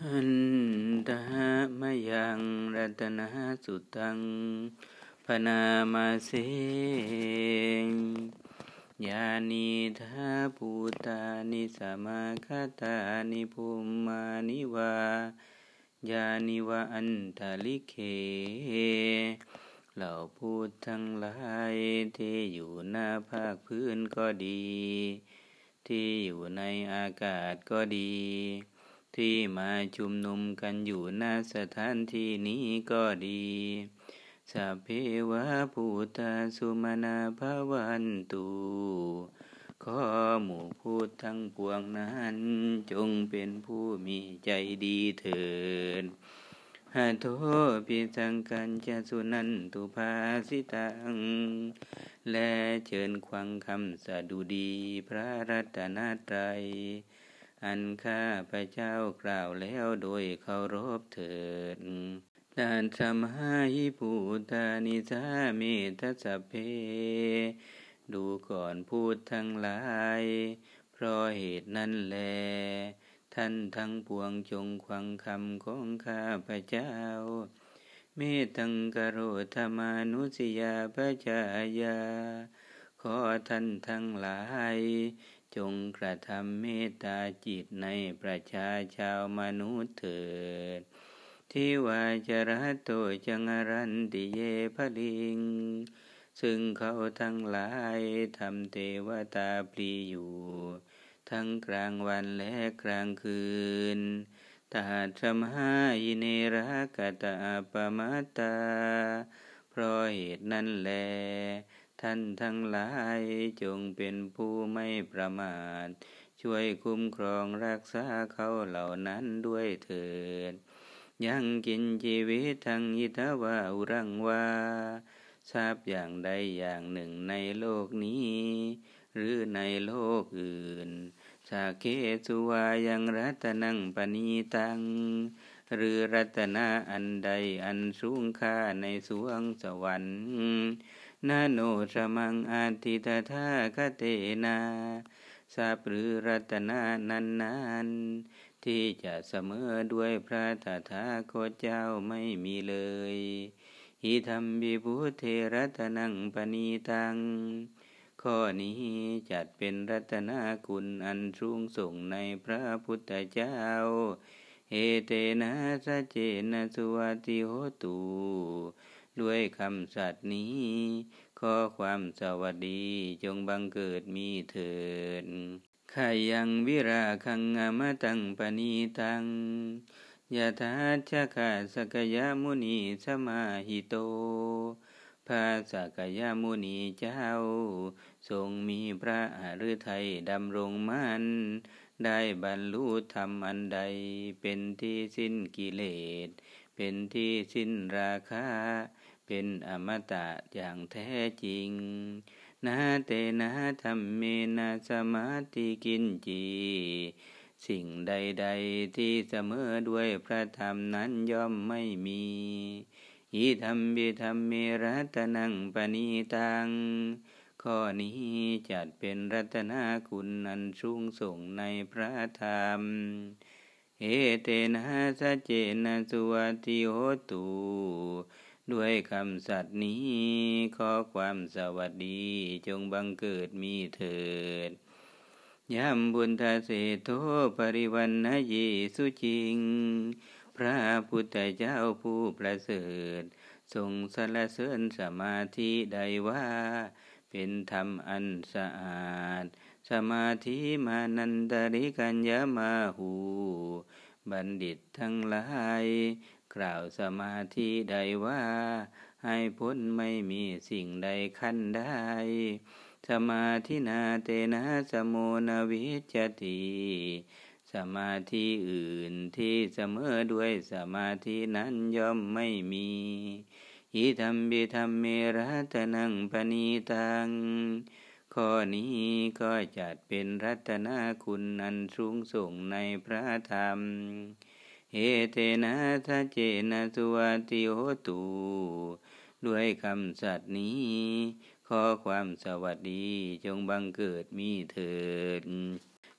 หันตะมะยังรัตนะสุตังพนามาเสยานิทาภูตานิสมาคตานิภูมานิวายานิวะอันตาลิเขเหล่าพูดทั้งหลายที่อยู่หน้าภาคพื้นก็ดีที่อยู่ในอากาศก็ดีที่มาชุมนุมกันอยู่ณสถานที่นี้ก็ดีสัพเพวะภูตาสุมาณาภวันตุขอหมู่พูดทั้งปวงนั้นจงเป็นผู้มีใจดีเถิดหะโทปิสังกัญจสุนันตุภาสิตังและเชิญควังคำสดุดีพระรัตนตรัยอันข้าพระเจ้ากล่าวแล้วโดยเคารพเถิดด้านสมาหิภูตานิสาเมทัสสพเพดูก่อนพูดทั้งหลายเพราะเหตุนั้นแลท่านทั้งปวงจงควังคำของข้าพระเจ้าเมตังกโรธมานุสยาปจายาขอท่านทั้งหลายจงกระทำเมตตาจิตในประชาชาวมนุษย์เถิดทิวาจระโตจังรันติเยภลิงซึ่งเขาทั้งหลายทำเทวตาปลีอยู่ทั้งกลางวันและกลางคืนตาธรรมหายิเนรกตาปมัตตาเพราะเหตุนั้นแลท่านทั้งหลายจงเป็นผู้ไม่ประมาทช่วยคุ้มครองรักษาเขาเหล่านั้นด้วยเถิดยังกินชีวิตทั้งยิทวาอุรังวาทราบอย่างใดอย่างหนึ่งในโลกนี้หรือในโลกอื่นสาเกสุวายังรัตนังปณีตังหรือรัตนะอันใดอันสูงค่าในสวงสวรรค์นาโนสมังอาทิตถาคเตนาทราบหรือรัตนะนั้นที่จะเสมอด้วยพระตถาคตเจ้าไม่มีเลยหิธัมบิพุทเทรัตนังปณีตังข้อนี้จัดเป็นรัตนคุณอันสูงส่งในพระพุทธเจ้าเอเตนะสัจเจนะสุวัติโหตุด้วยคำสัตย์นี้ขอความสวัสดีจงบังเกิดมีเถิดขายังวิราคังอมตังปณีตังยะถาชะคะสกยมุนีสมาหิโตพระสกยมุนีเจ้าทรงมีพระฤทัยดำรงมั่นได้บรรลุธรรมอันใดเป็นที่สิ้นกิเลสเป็นที่สิ้นราคะเป็นอมตะอย่างแท้จริงนาเตนะธัมเมนะสมาธิกินจีสิ่งใดๆที่เสมอด้วยพระธรรมนั้นย่อมไม่มีอิธัมปิธัมเมรัตนังปณีตังข้อนี้จัดเป็นรัตนคุณอันสูงส่งในพระธรรมเอเตนะสัจเจนะสุวัตติโหตุด้วยคำสัตย์นี้ขอความสวัสดีจงบังเกิดมีเถิดยัมบุญทาเสโทปริวันนะเยสุจิงพระพุทธเจ้าผู้ประเสริฐทรงสรรเสริญสมาธิใดว่าเป็นธรรมอันสะอาดสมาธิมานันตริกัญญามาหูบัณฑิตทั้งหลายกล่าวสมาธิใดว่าให้พ้นไม่มีสิ่งใดขั้นได้สมาธินาเตนะสโมนวิจจติสมาธิอื่นที่เสมอด้วยสมาธินั้นย่อมไม่มีอิธัมปิธัมเมรัตนังปณีตังข้อนี้ก็จัดเป็นรัตนคุณอันสูงส่งในพระธรรมเอเตนะสัจเจนะสุวัตติโหตุด้วยคำสัตย์นี้ขอความสวัสดีจงบังเกิดมีเถิด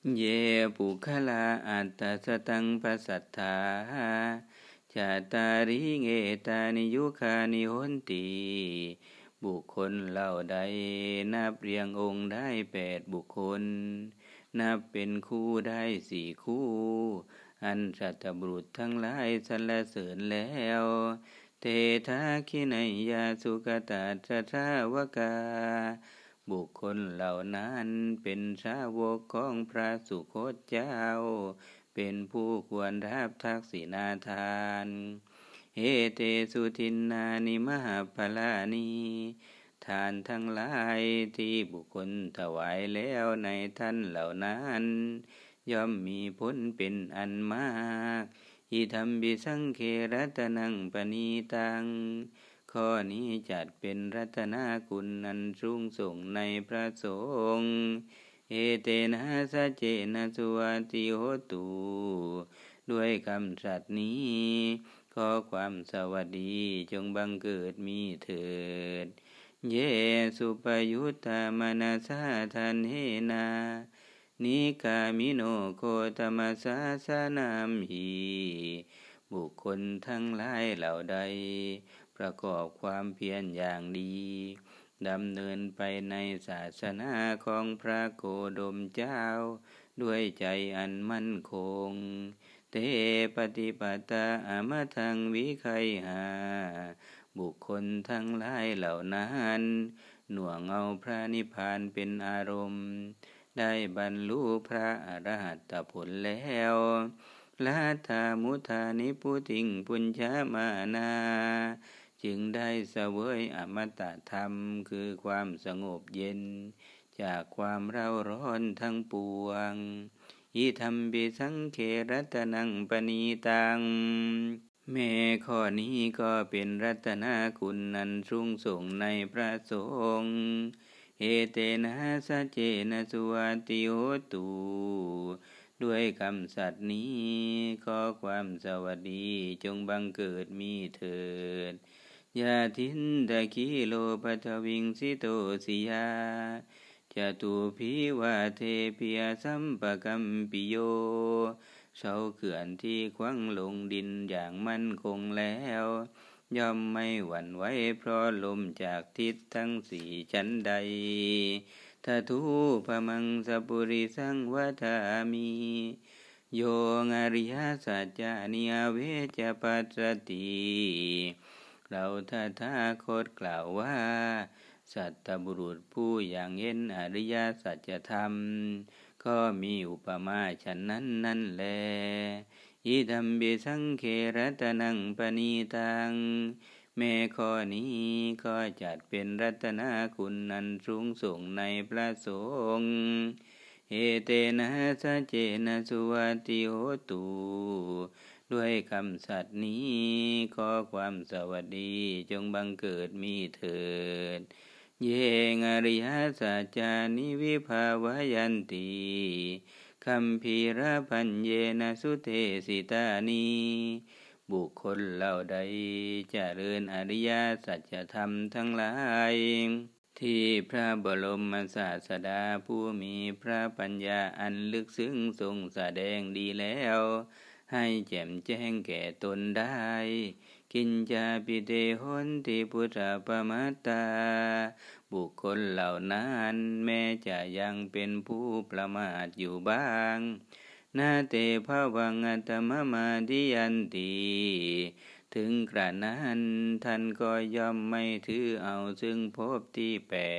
เยปุคลาอัตตสตังปัสสัทธาจาตาริเงตานิยุคานิหนติบุคคลเหล่าใดนับเรียงองค์ได้8 บุคคลนับเป็นคู่ได้4 คู่อันสัตบุรุษทั้งหลายสรรเสริญแล้วเตทาคินัยยาสุกตาสัทธาวกาบุคคลเหล่านั้นเป็นสาวกของพระสุคตเจ้าเป็นผู้ควรรับทักษิณาทานเฮเตสุทินนานิมหาภลานีทานทั้งหลายที่บุคคลถวายแล้วในท่านเหล่านั้นย่อมมีผลเป็นอันมากอิธัมปิสังเครัตนังปณีตังข้อนี้จัดเป็นรัตนาคุณอันสูงส่งในพระสงฆ์เอเตนะสัจเจนะสุวัติโหตุด้วยคำสัตย์นี้ขอความสวัสดีจงบังเกิดมีเถิดเยสุปยุตตามนัสสะทันเฮนานิกามิโนโคตมัสสะสนามหีบุคคลทั้งหลายเหล่าใดประกอบความเพียรอย่างดีดำเนินไปในศาสนาของพระโคดมเจ้าด้วยใจอันมั่นคงเตปฏิปตาอมทังวิไคหาบุคคลทั้งหลายเหล่านั้นหน่วงเอาพระนิพพานเป็นอารมณ์ได้บรรลุพระอรหัตผลแล้วละธามุธานิพุติงปุญญามานาจึงได้เสวยอมตะธรรมคือความสงบเย็นจากความเร่าร้อนทั้งปวงอิธัมปิสังเครัตนังปณีตังแม้ข้อนี้ก็เป็นรัตนาคุณนันสูงส่งในพระสงฆ์เอเตนะสัจเจนะสุวัติโหตุด้วยคำสัตย์นี้ขอความสวัสดีจงบังเกิดมีเถิดยาทินตะคีโลปัทวิงสิโตสิยาจตุภิวาเทพิยสัมปกัมปิโยเสาเขื่อนที่ขวางลงดินอย่างมั่นคงแล้วย่อมไม่หวั่นไหวเพราะลมจากทิศทั้งสี่ชั้นใดททูปมังสปุริสังวัฏามิโยงอริยสัจจานิอเวจปัสสติเราตถาคตกล่าวว่าสัตตบุรุษผู้อย่างเห็นอริยสัจธรรมก็มีอุปมาฉะนั้นนั่นแลอิธัมปิสังเครัตนังปณีตังแม้ข้อนี้ก็จัดเป็นรัตนาคุณอันสูงส่งในพระสงฆ์เอเตนะสัจเจนะสุวัติโหตุด้วยคำสัตย์นี้ขอความสวัสดีจงบังเกิดมีเถิดเยงอริยสัจจานิวิภาวายันติคัมภีระพัญเยนะสุเทสิตานีบุคคลเหล่าใดเจริญอริยสัจธรรมทั้งหลายที่พระบรมศาสดาผู้มีพระปัญญาอันลึกซึ้งทรงแสดงดีแล้วให้แจ่มแจ้งแก่ตนได้กินจาปิเตหนติพุทธปมัตตาบุคคลเหล่านั้นแม้จะยังเป็นผู้ประมาทอยู่บ้างนาเตภวังอัตมมาดิยันติถึงกระนั้นท่านก็ย่อมไม่ถือเอาซึ่งภพที่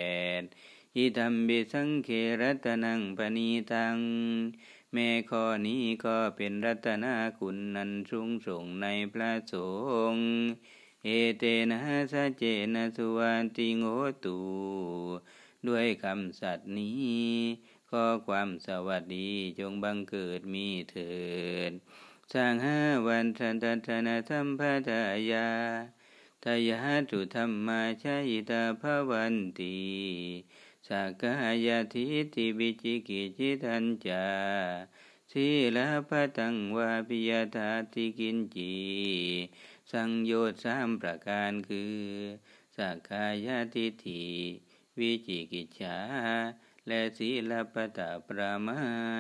8อิธัมปิสังเครัตนังปณีตังแม้ข้อนี้ก็เป็นรัตนาคุณนันสูงส่งในพระสงฆ์เอเตนะสัจเจนะสุวัติโหตุด้วยคำสัตย์นี้ขอความสวัสดีจงบังเกิดมีเถิดสังฆวันทันตนะสัมปทายาทายาตุธรรมาชัยตาภวันติสักกายทิฏฐิวิจิกิจจิตัญจาศีลพัตตังวาปิยธาติกินจีสังโยชน์3 ประการคือสักกายทิฏฐิวิจิกิจฉาและศีลพัตตปรามาส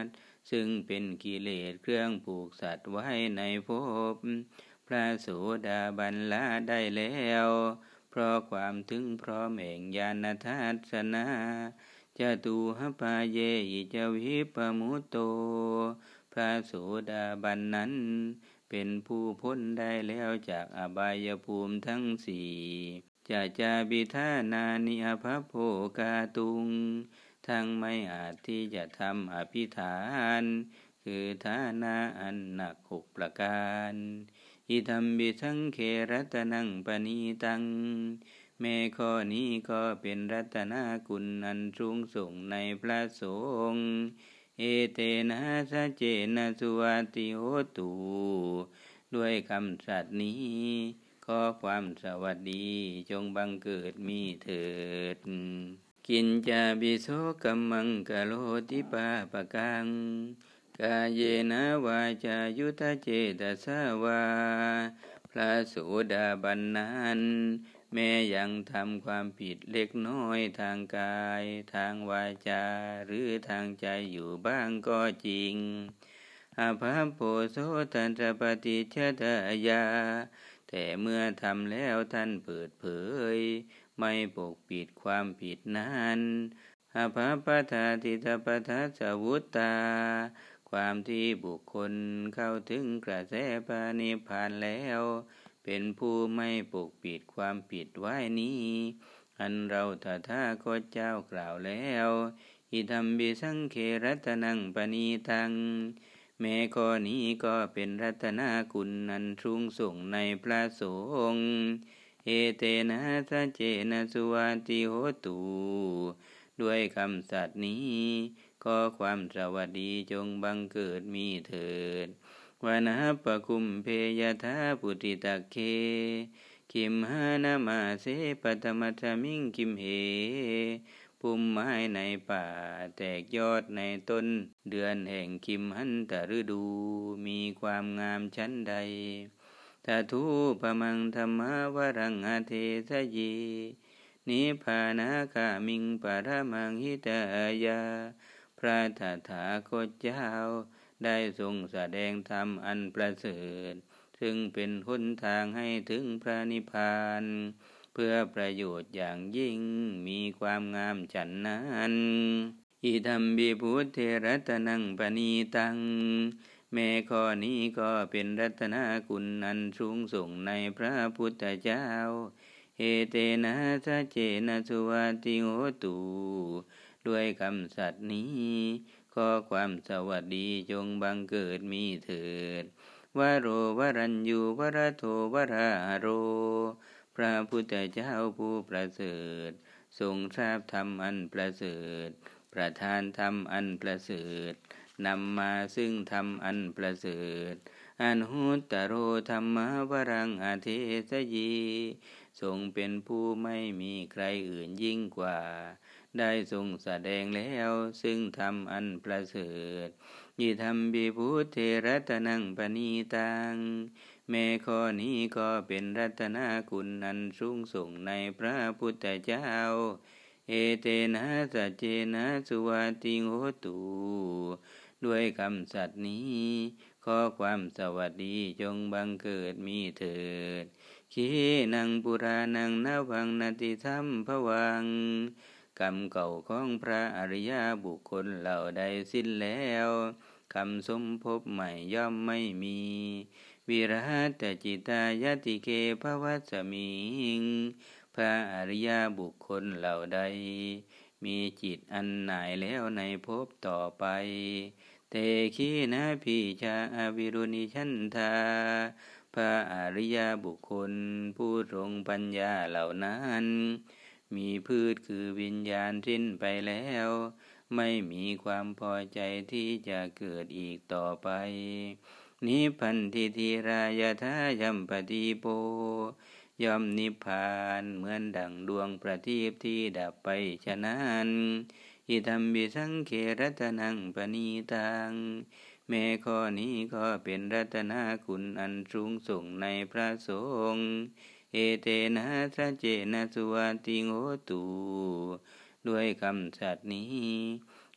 ซึ่งเป็นกิเลสเครื่องผูกสัตว์ไว้ในภพพระโสดาบันละได้แล้วเพราะความถึงพร้อมแห่งญาณทัศสนาจตุหปาเยอิจวิปมุตโตพระโสดาบันนั้นเป็นผู้พ้นได้แล้วจากอบายภูมิทั้งสี่จาบิธานานิอภโภกาตุงทั้งไม่อาจที่จะทำอภิธานคือฐานะอันหนัก6 ประการอิทัมบิสังเขรัตนังปณีตังแม้ข้อนี้ก็เป็นรัตนาคุณอันสูงส่งในพระสงฆ์เอเตนะสะเจนะสุวัติโหตุด้วยคำสัตย์นี้ขอความสวัสดีจงบังเกิดมีเถิดกินจาบิโสกัมมังกะโลติปาปะกังกาเยนะวาจายุทธเจตสาวาพระโสดาบันนั้นแม้ยังทำความผิดเล็กน้อยทางกายทางวาจาหรือทางใจอยู่บ้างก็จริงอาภัพโพโสตันตปฏิชตายาแต่เมื่อทำแล้วท่านเปิดเผยไม่ปกปิดความผิดนั้นอาภัพปทาทิตปทัสสวุตตาความที่บุคคลเข้าถึงกระแสพระนิพพานแล้วเป็นผู้ไม่ปกปิดความผิดไว้นี้อันเราตถาคตเจ้ากล่าวแล้วอิทัมบิสังเขรัตนังปณีตังแม้ข้อนี้ก็เป็นรัตนาคุณอันสูงส่งในพระสงฆ์เอเตนะสะเจนะสุวัติโหตุด้วยคำสัตย์นี้ขอความสวัสดีจงบังเกิดมีเถิดวานะปะคุมเพยทาปุติตักเคคิมหานามาเสปตมัตมิงคิมเหพุ่มไม้ในป่าแตกยอดในต้นเดือนแห่งคิมหันตฤดูมีความงามชั้นใดทาทูปมังธรรมวรังอาเทสยีนิพพานาคามิงปรมังหิตายาพระตถาคตเจ้าได้ทรงแสดงธรรมอันประเสริฐซึ่งเป็นหนทางให้ถึงพระนิพพานเพื่อประโยชน์อย่างยิ่งมีความงามฉันนั้นอิทัมบิพุทเทรัตนังปณีตังแม้ข้อนี้ก็เป็นรัตนาคุณอันสูงส่งในพระพุทธเจ้าเอเตนะสะเจนะสุวัติโหตุด้วยคำสัตย์นี้ขอความสวัสดีจงบังเกิดมีเถิดวโรวรัญญูวรโทวราโรพระพุทธเจ้าผู้ประเสริฐทรงทราบธรรมอันประเสริฐประทานธรรมอันประเสริฐนำมาซึ่งธรรมอันประเสริฐอนุตตโรธัมมวรังอเทสยีทรงเป็นผู้ไม่มีใครอื่นยิ่งกว่าได้ทรงแสดงแล้วซึ่งธรรมอันประเสริฐยิธรรมบิพุทเทรัตนังปณีตังแม้ข้อนี้ก็เป็นรัตนาคุณอันสูงส่งในพระพุทธเจ้าเอเตนะสัจเจนะสุวัติโหตุด้วยคำสัตย์นี้ขอความสวัสดีจงบังเกิดมีเถิดขีนังปุรานังนาวังนาติธรรมภวังกรรมเก่าของพระอริยบุคคลเหล่าใดสิ้นแล้วคำสมภพใหม่ย่อมไม่มีวิรัตจิตายติเกภวัสมิงพระอริยบุคคลเหล่าใดมีจิตอันหน่ายแล้วในภพต่อไปเตขีนะพิชาอวิรุณิชันธาพระอริยบุคคลผู้ทรงปัญญาเหล่านั้นมีพืชคือวิญญาณสิ้นไปแล้วไม่มีความพอใจที่จะเกิดอีกต่อไปนิพพันธิธีรายทายัมปฏิโปย่อมนิพพานเหมือนดั่งดวงประทีปที่ดับไปฉะนั้นอิทัมบิสังเขรัตนังปณีตังแม้ข้อนี้ก็เป็นรัตนาคุณอันสูงส่งในพระสงฆ์เอเตนะสัจเจนะสุวัติโหตุด้วยคำสัตย์นี้ข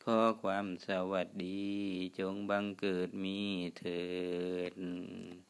อความสวัสดีจงบังเกิดมีเถิด